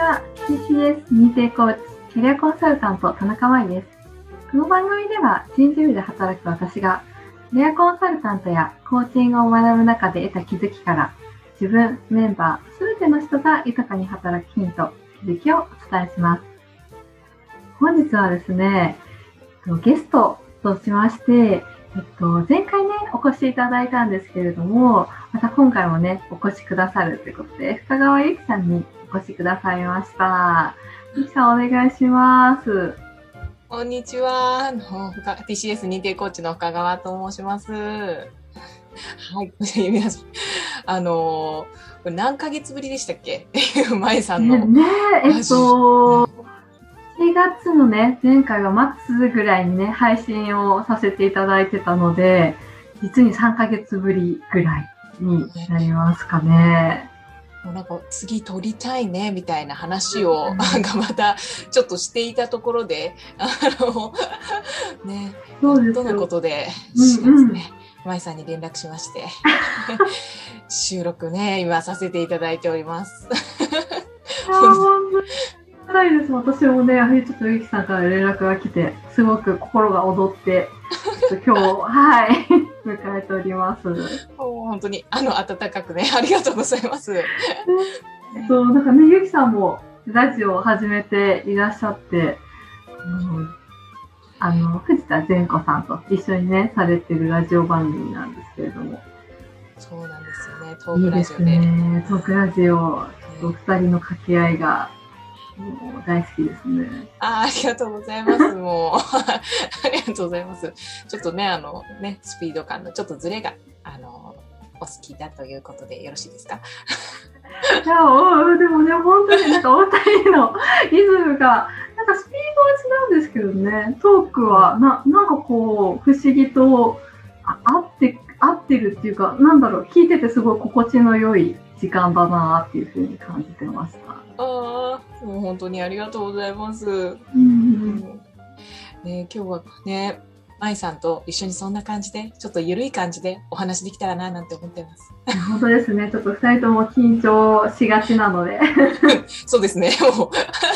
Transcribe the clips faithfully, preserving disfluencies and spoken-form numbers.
は ティーシーエス 認定コーチ、キャリアコンサルタント田中舞です。この番組では人事部で働く私がキャリアコンサルタントやコーチングを学ぶ中で得た気づきから自分、メンバー、すべての人が豊かに働くヒント、気づきをお伝えします。本日はですね、ゲストとしまして、えっと、前回ね、お越しいただいたんですけれども、また今回もね、お越しくださるということで、深川ゆきさんにお越しくださいました。ゆきさん、お願いします。 こんにちは。ティーシーエス 認定コーチの深川と申します。はい、皆さん、あのー、これ何ヶ月ぶりでしたっけ？まえさんの。 ねえ、えっと、しがつのね、前回は末ぐらいにね、配信をさせていただいてたので、実にさんかげつぶりぐらいになりますかね。 もうなんか次撮りたいねみたいな話を、うん、なんかまたちょっとしていたところで、あの、ね、どのことで、うんうん、ね、まえさんに連絡しまして、収録ね、今させていただいております。 ないです。私もね、ちょっとゆきさんから連絡が来て、すごく心が躍って、今日、はい、迎えております。 本当に、あの、温かくね、ありがとうございます。 そう、なんかね、ゆきさんもラジオを始めていらっしゃって、うん、あの、藤田善子さんと一緒にね、されてるラジオ番組なんですけれども。 そうなんですよね、トークラジオで。 いいですね、トークラジオ、お二人の掛け合いが、もう大好きですね。 あ、ありがとうございます。もうありがとうございます。ちょっとね、あのね、スピード感のちょっとズレがあのお好きだということでよろしいですか？ いや、おでもね、本当になんかお二人のリズムがなんかスピードは違うんですけどね、トークはななんかこう不思議とあ合って合ってるっていうか、なんだろう、聞いててすごい心地の良い時間だなっていう風に感じてました。 ああ、もう本当にありがとうございます。うんうん、 ね、今日はね、まいさんと一緒にそんな感じで、ちょっと緩い感じでお話できたらななんて思ってます。 本当ですね。ちょっと二人とも緊張しがちなので。 そうですね。もう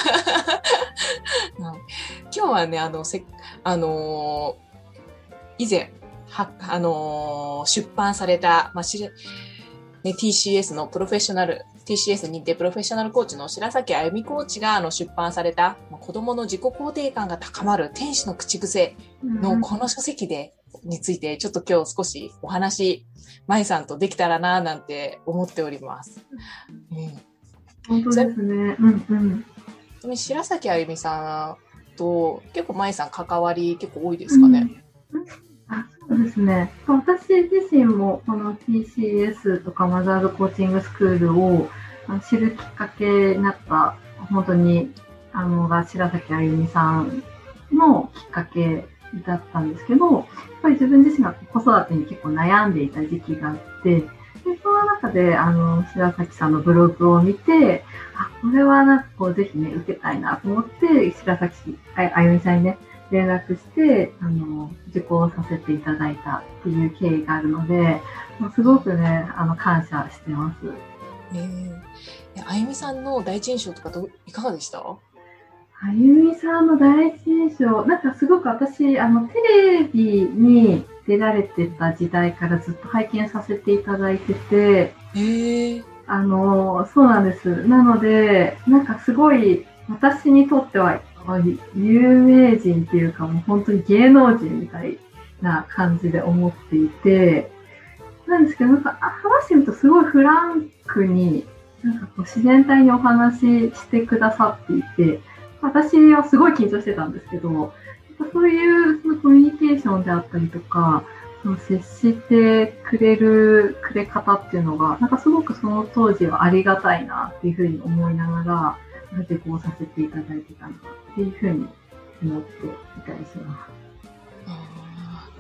今日はね、あの、せあのー、以前はあのー、出版された、まあしれね、ティーシーエス のプロフェッショナル、ティーシーエス 認定プロフェッショナルコーチの白崎あゆみコーチがあの出版された、まあ、子供の自己肯定感が高まる天使の口癖のこの書籍で、うん、についてちょっと今日少しお話、まえさんとできたらななんて思っております。 うん、本当ですね。うんうん。白崎あゆみさんと結構まえさん関わり結構多いですかね。 うんあそうですね。私自身もこの ティーシーエス とかマザーズコーチングスクールを知るきっかけになった本当にあのが白崎あゆみさんのきっかけだったんですけど、やっぱり自分自身が子育てに結構悩んでいた時期があって、でその中であの白崎さんのブログを見て、あこれはなんかこうぜひね受けたいなと思って白崎あゆみさんにね連絡してあの受講させていただいたっていう経緯があるので、すごくねあの感謝してます。 えー、あゆみさんの第一印象とかどいかがでした？あゆみさんの第一印象、なんかすごく私あのテレビに出られてた時代からずっと拝見させていただいてて、 えー、 あのそうなんです。なのでなんかすごい私にとっては有名人っていうかもう本当に芸能人みたいな感じで思っていて、なんですけどなんか話してみるとすごいフランクになんかこう自然体にお話ししてくださっていて、私はすごい緊張してたんですけど、そういうそのコミュニケーションであったりとか、その接してくれるくれ方っていうのがなんかすごくその当時はありがたいなっていうふうに思いながら受講させていただいてたのかっていうふうに思っていたりします。 あ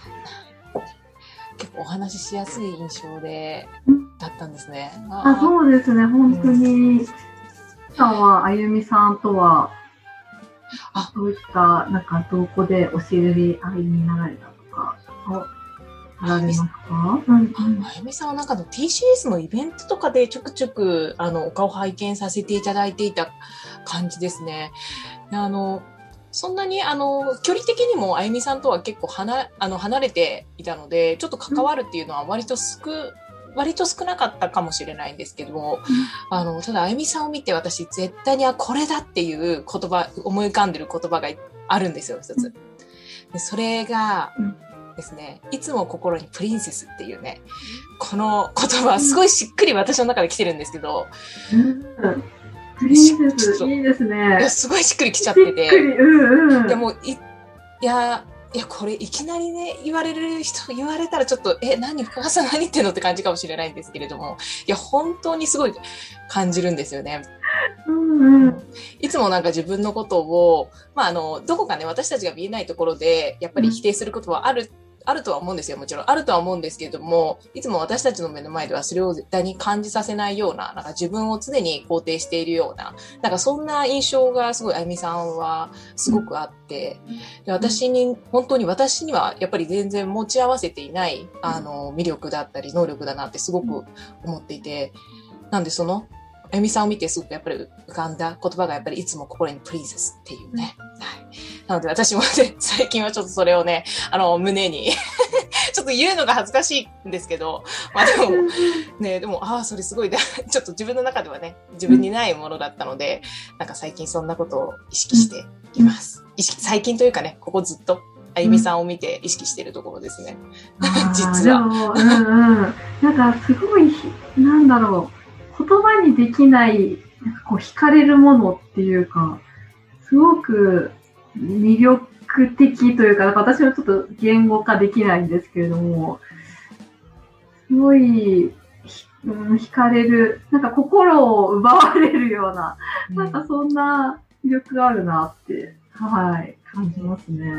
結構お話ししやすい印象で、だったんですね。 ああそうですね、本当に。さんはあゆみさんとはどういったなんかどこでお知り合いになられたとか。 ありますか？うんうん、 あゆみさんはなんかの ティーシーエス のイベントとかでちょくちょくあのお顔拝見させていただいていた感じですね。あのそんなにあの距離的にもあゆみさんとは結構離あの離れていたので、ちょっと関わるっていうのは割と少割と少なかったかもしれないんですけども、あのただあゆみさんを見て私絶対にあこれだっていう言葉思い浮かんでる言葉があるんですよ、一つ。でそれがですね、いつも心にプリンセスっていうね、この言葉すごいしっくり私の中で来てるんですけど、 うんプリンセスいいですね。 いやすごいしっくりきちゃってて、 うんうん、 いやもういいやいやこれいきなりね言われる人言われたらちょっとえ何深川さん何言ってんのって感じかもしれないんですけれども、いや本当にすごい感じるんですよね。 うんうん、 いつもなんか自分のことを、まあ、あのどこかね私たちが見えないところでやっぱり否定することはある、あるとは思うんですよ。もちろんあるとは思うんですけれども、いつも私たちの目の前ではそれを絶対に感じさせないような、なんか自分を常に肯定しているような、なんかそんな印象がすごいあゆみさんはすごくあって、で私に本当に私にはやっぱり全然持ち合わせていないあの魅力だったり能力だなってすごく思っていて、なんでそのあゆみさんを見てすごくやっぱり浮かんだ言葉がやっぱりいつも心にプリンセスっていうね。はい。なので私もね、最近はちょっとそれをね、あの、胸にちょっと言うのが恥ずかしいんですけど、まあでも、ね、でも、ああ、それすごい、ちょっと自分の中ではね、自分にないものだったので、なんか最近そんなことを意識しています。意識、最近というかね、ここずっと、あゆみさんを見て意識しているところですね。実は。 うんうん。なんかすごい、なんだろう。言葉にできない、なんかこう惹かれるものっていうか、すごく魅力的というか、なんか私はちょっと言語化できないんですけれども、すごい、うん、惹かれる、なんか心を奪われるような、うん、なんかそんな魅力があるなって、はい、感じますね。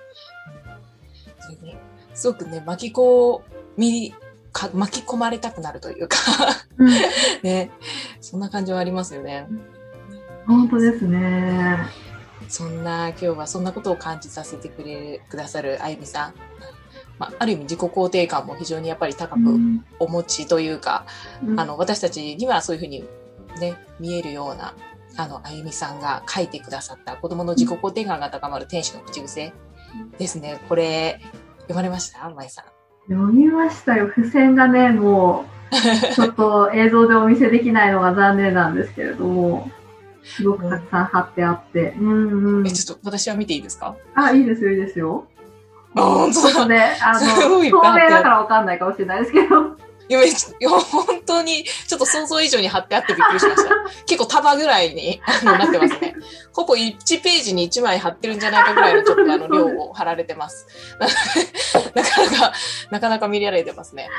すごくね、巻き込み、か巻き込まれたくなるというか、うん、ね、そんな感じはありますよね。 本当ですね。 そんな今日はそんなことを感じさせてくれくださるあゆみさん、まあ、ある意味自己肯定感も非常にやっぱり高くお持ちというか、うん、あの私たちにはそういうふうにね見えるようなあのあゆみさんが書いてくださった子どもの自己肯定感が高まる天使の口癖ですね。これ読まれました？まいさん。 読みましたよ。付箋がね、もう、ちょっと映像でお見せできないのが残念なんですけれども、すごくたくさん貼ってあって。うんうん、 え、ちょっと私は見ていいですか？ あ、いいですよ、いいですよ。 あ、本当だ。 ちょっとね、あの、透明だからわかんないかもしれないですけど。 いや、いや本当に、ちょっと想像以上に貼ってあってびっくりしました。結構束ぐらいにあのなってますね。ほぼいちページにいちまい貼ってるんじゃないかぐらいのちょっとあの量を貼られてます。なかなか、なかなか見られてますね。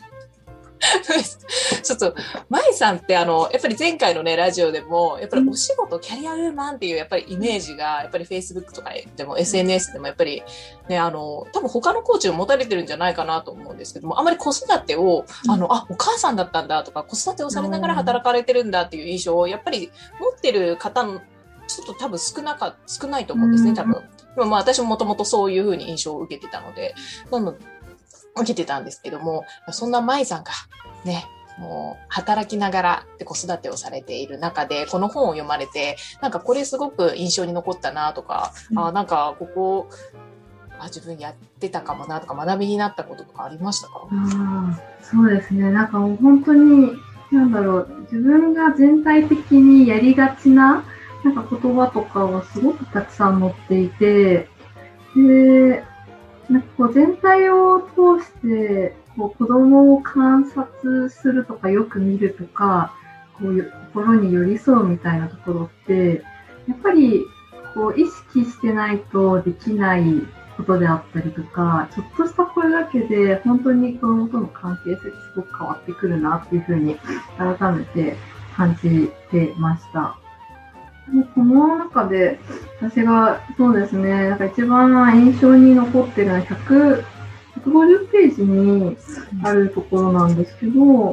ちょっと、まいさんってあの、やっぱり前回のね、ラジオでも、やっぱりお仕事、キャリアウーマンっていうやっぱりイメージが、やっぱり Facebook とかでも エスエヌエス でもやっぱりね、あの、多分他のコーチを持たれてるんじゃないかなと思うんですけども、あまり子育てを、あの、あ、お母さんだったんだとか、子育てをされながら働かれてるんだっていう印象を、やっぱり持ってる方の、ちょっと多分少なか、少ないと思うんですね、多分。でもまあ私ももともとそういうふうに印象を受けてたので、なの受けてたんですけども、そんな舞さんがね、もう働きながら子育てをされている中でこの本を読まれて、なんかこれすごく印象に残ったなとか、うん、あなんかここあ自分やってたかもなとか学びになったこととかありましたか？ あそうですね、なんかもう本当になんだろう、自分が全体的にやりがちななんか言葉とかはすごくたくさん載っていて、でなんかこう全体を通してこう子供を観察するとかよく見るとか、こういう心に寄り添うみたいなところって、やっぱりこう意識してないとできないことであったりとか、ちょっとしたこれだけで本当に子供との関係性ってすごく変わってくるなっていうふうに改めて感じてました。この中で私がそうですね、なんか一番印象に残ってるのはひゃく、ひゃくごじゅうページにあるところなんですけど、うん、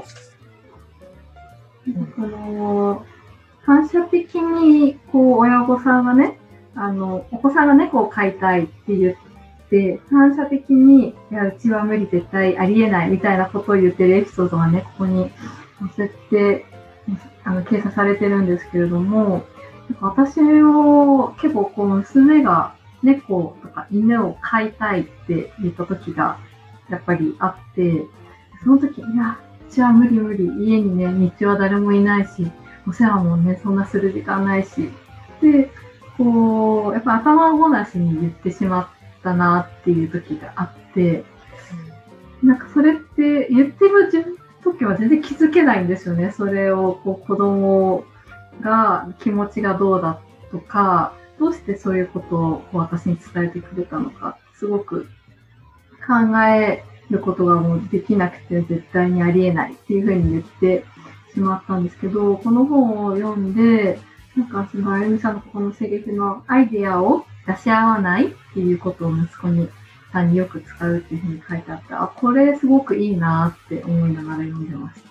その反射的にこう親御さんがね、あのお子さんが猫を飼いたいって言ってて、反射的に、いや、うちは無理、絶対ありえないみたいなことを言ってるエピソードがね、ここに載せて、あの、掲載されてるんですけれども、なんか私も結構こう娘が猫とか犬を飼いたいって言った時がやっぱりあって、その時、いや、うちは無理無理、家にね、日中は誰もいないし、お世話もね、そんなする時間ないし、で、こう、やっぱ頭ごなしに言ってしまったなっていう時があって、なんかそれって言ってる自分時は全然気づけないんですよね。それをこう子供が気持ちがどうだとか、どうしてそういうことをこう私に伝えてくれたのか、すごく考えることがもうできなくて絶対にありえないっていうふうに言ってしまったんですけど、この本を読んで、なんかそのあゆみさんのこのセリフのアイデアを出し合わないっていうことを息子にさんによく使うっていうふうに書いてあって、あ、これすごくいいなって思いながら読んでました。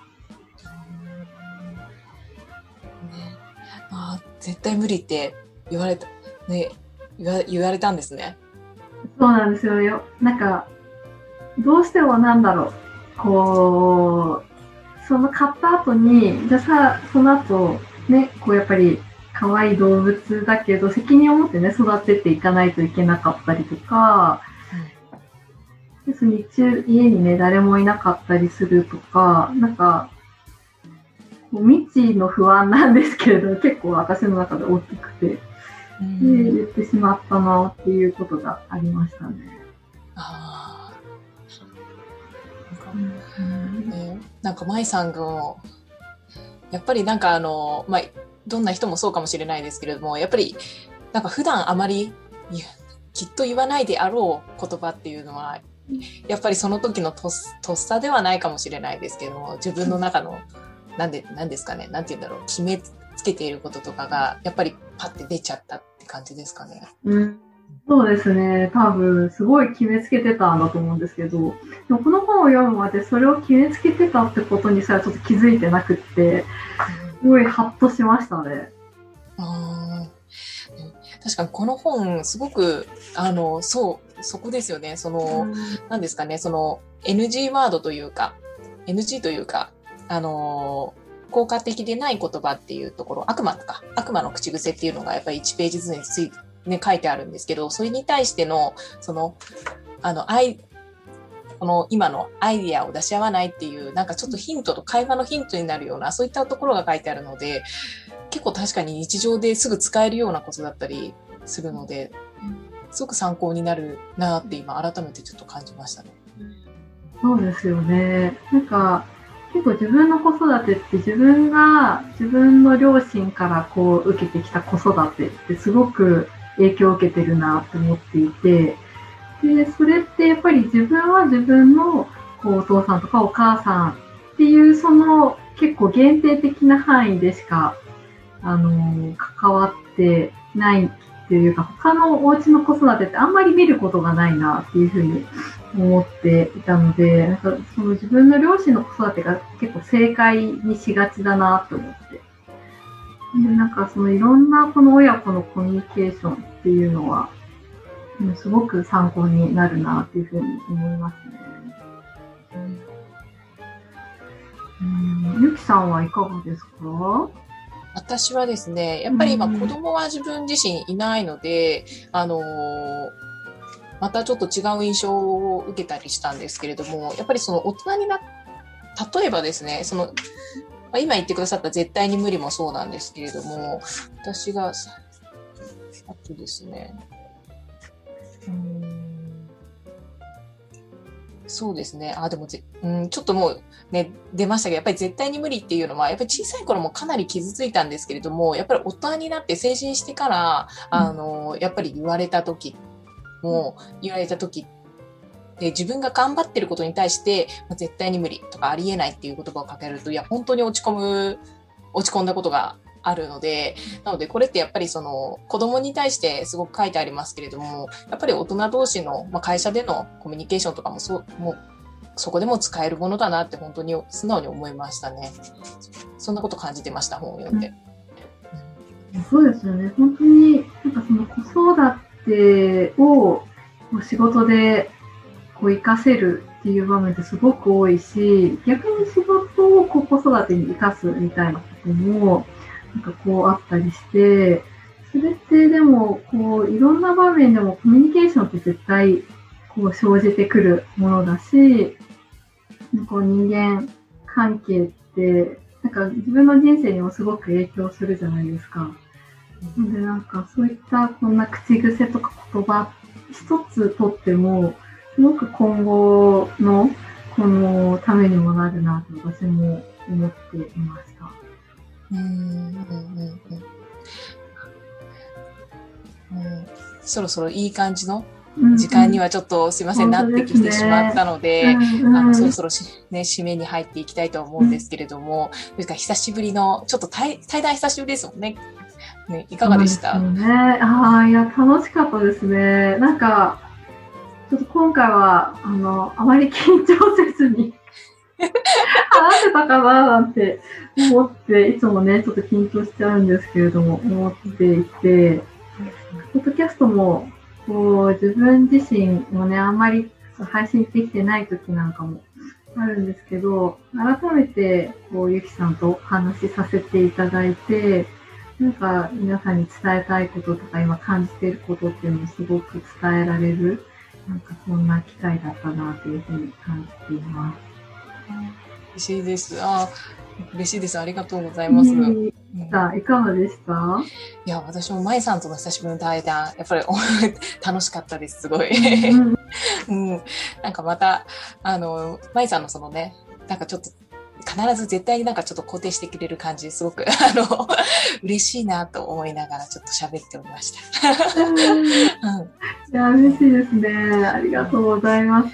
ね、あ、絶対無理って言われた、ね、言わ、言われたんですね。 そうなんですよ。よなんか、どうしてもなんだろう、こう、その買った後に、じゃあさ、その後、ね、こうやっぱり、可愛い動物だけど、責任を持ってね、育てていかないといけなかったりとか、うん、日中家にね、誰もいなかったりするとか、なんか、未知の不安なんですけれど、結構私の中で大きくて、うん、で言ってしまったなっていうことがありましたね。 あなんか、うんね、なんか舞さんが、やっぱりなんかあの、まあ、どんな人もそうかもしれないですけれども、やっぱりなんか普段あまりきっと言わないであろう言葉っていうのはやっぱりその時のとっ、とっさではないかもしれないですけども、自分の中のなんでなんですかね、なんて言うんだろう、決めつけていることとかがやっぱりパッて出ちゃったって感じですかね。 うん、そうですね。多分すごい決めつけてたんだと思うんですけど、でもこの本を読むまでそれを決めつけてたってことにさえちょっと気づいてなくって、すごいハッとしましたね。 あ、確かにこの本すごくあのそうそこですよね。その何ですかね、その エヌジー ワードというか エヌジー というかあの効果的でない言葉っていうところ、悪魔とか悪魔の口癖っていうのがやっぱりいちページずつについて、ね、書いてあるんですけど、それに対してのそのあのアイこの今のアイディアを出し合わないっていうなんかちょっとヒントと会話のヒントになるようなそういったところが書いてあるので、結構確かに日常ですぐ使えるようなことだったりするので、すごく参考になるなって今改めてちょっと感じましたね。 そうですよね。なんか結構自分の子育てって自分が自分の両親からこう受けてきた子育てってすごく影響を受けてるなと思っていて、でそれってやっぱり自分は自分のこうお父さんとかお母さんっていうその結構限定的な範囲でしかあの関わってないっていうか、他のお家の子育てってあんまり見ることがないなっていうふうに思っていたので、なんかその自分の両親の子育てが結構正解にしがちだなと思って、でなんかそのいろんなこの親子のコミュニケーションっていうのはすごく参考になるなっていうふうに思いますね。うん、ゆきさんはいかがですか？ 私はですね、やっぱり今子供は自分自身いないので、あのー、またちょっと違う印象を受けたりしたんですけれども、やっぱりその大人になっ、例えばですね、その、まあ、今言ってくださった絶対に無理もそうなんですけれども、私が、あとですね、うーんそうですね。あ、でもぜ、うん、ちょっともうね、出ましたけど、やっぱり絶対に無理っていうのは、やっぱり小さい頃もかなり傷ついたんですけれども、やっぱり大人になって成人してから、あの、やっぱり言われた時も、言われた時で、自分が頑張ってることに対して、まあ、絶対に無理とかありえないっていう言葉をかけると、いや、本当に落ち込む、落ち込んだことがあるので、なのでこれってやっぱりその子供に対してすごく書いてありますけれども、やっぱり大人同士の、まあ、会社でのコミュニケーションとかもそう、もうそこでも使えるものだなって本当に素直に思いましたね。そんなこと感じてました、本を読んで。 うん、そうですよね。本当になんかその子育てをこう仕事でこう活かせるっていう場面ってすごく多いし、逆に仕事をこう子育てに活かすみたいなこともなんかこうあったりして、それってでもこういろんな場面でもコミュニケーションって絶対こう生じてくるものだし、こう人間関係ってなんか自分の人生にもすごく影響するじゃないですか。で、なんかそういったこんな口癖とか言葉一つとってもすごく今後のこのためにもなるなと私も思っていました。 うんうんうんうんうん、そろそろいい感じの時間にはちょっとすいません、うんうん、なってきてしまったので、うんうん、あのそろそろし、ね、締めに入っていきたいと思うんですけれども、うん、ですから久しぶりのちょっと対談久しぶりですもんね。ね、いかがでした？ そうですね。ああ、いや楽しかったですね。なんかちょっと今回はあのあまり緊張せずに話せたかななんて思っていつもねちょっと緊張しちゃうんですけれども思っていて、ポッドキャストもこう自分自身もねあんまり配信できてない時なんかもあるんですけど、改めてこうゆきさんとお話しさせていただいて、なんか皆さんに伝えたいこととか今感じていることっていうのをすごく伝えられる、なんかそんな機会だったなというふうに感じています。 嬉しいです。あ、嬉しいです。ありがとうございます。 いいさあ、いかがでした？ いや、私もまいさんとの久しぶりの対談、やっぱり楽しかったです。すごい、うんうん。なんかまた、あの、まいさんのそのね、なんかちょっと、必ず絶対になんかちょっと肯定してくれる感じ、すごく、あの、嬉しいなと思いながらちょっと喋っておりました。うん、いや、嬉しいですね。ありがとうございます。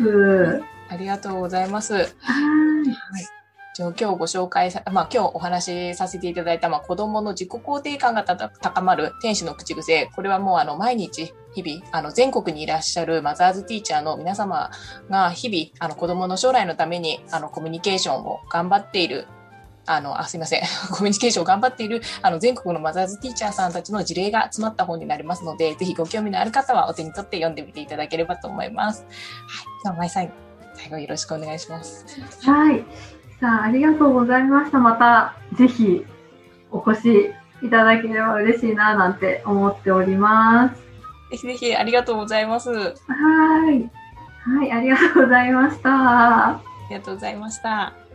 ありがとうございます。はい。今日ご紹介さ、まあ今日お話しさせていただいた、まあ子供の自己肯定感が高まる天使の口癖。これはもうあの毎日、日々、あの全国にいらっしゃるマザーズティーチャーの皆様が日々、あの子供の将来のために、あのコミュニケーションを頑張っている、あの、あ、すいません。コミュニケーションを頑張っている、あの全国のマザーズティーチャーさんたちの事例が詰まった本になりますので、ぜひご興味のある方はお手に取って読んでみていただければと思います。はい。では、まいさん、最後よろしくお願いします。 はい。さあ、ありがとうございました。また、ぜひ、お越しいただければ嬉しいな、なんて思っております。 ぜひぜひ、ありがとうございます。はい。 はい、ありがとうございました。 ありがとうございました。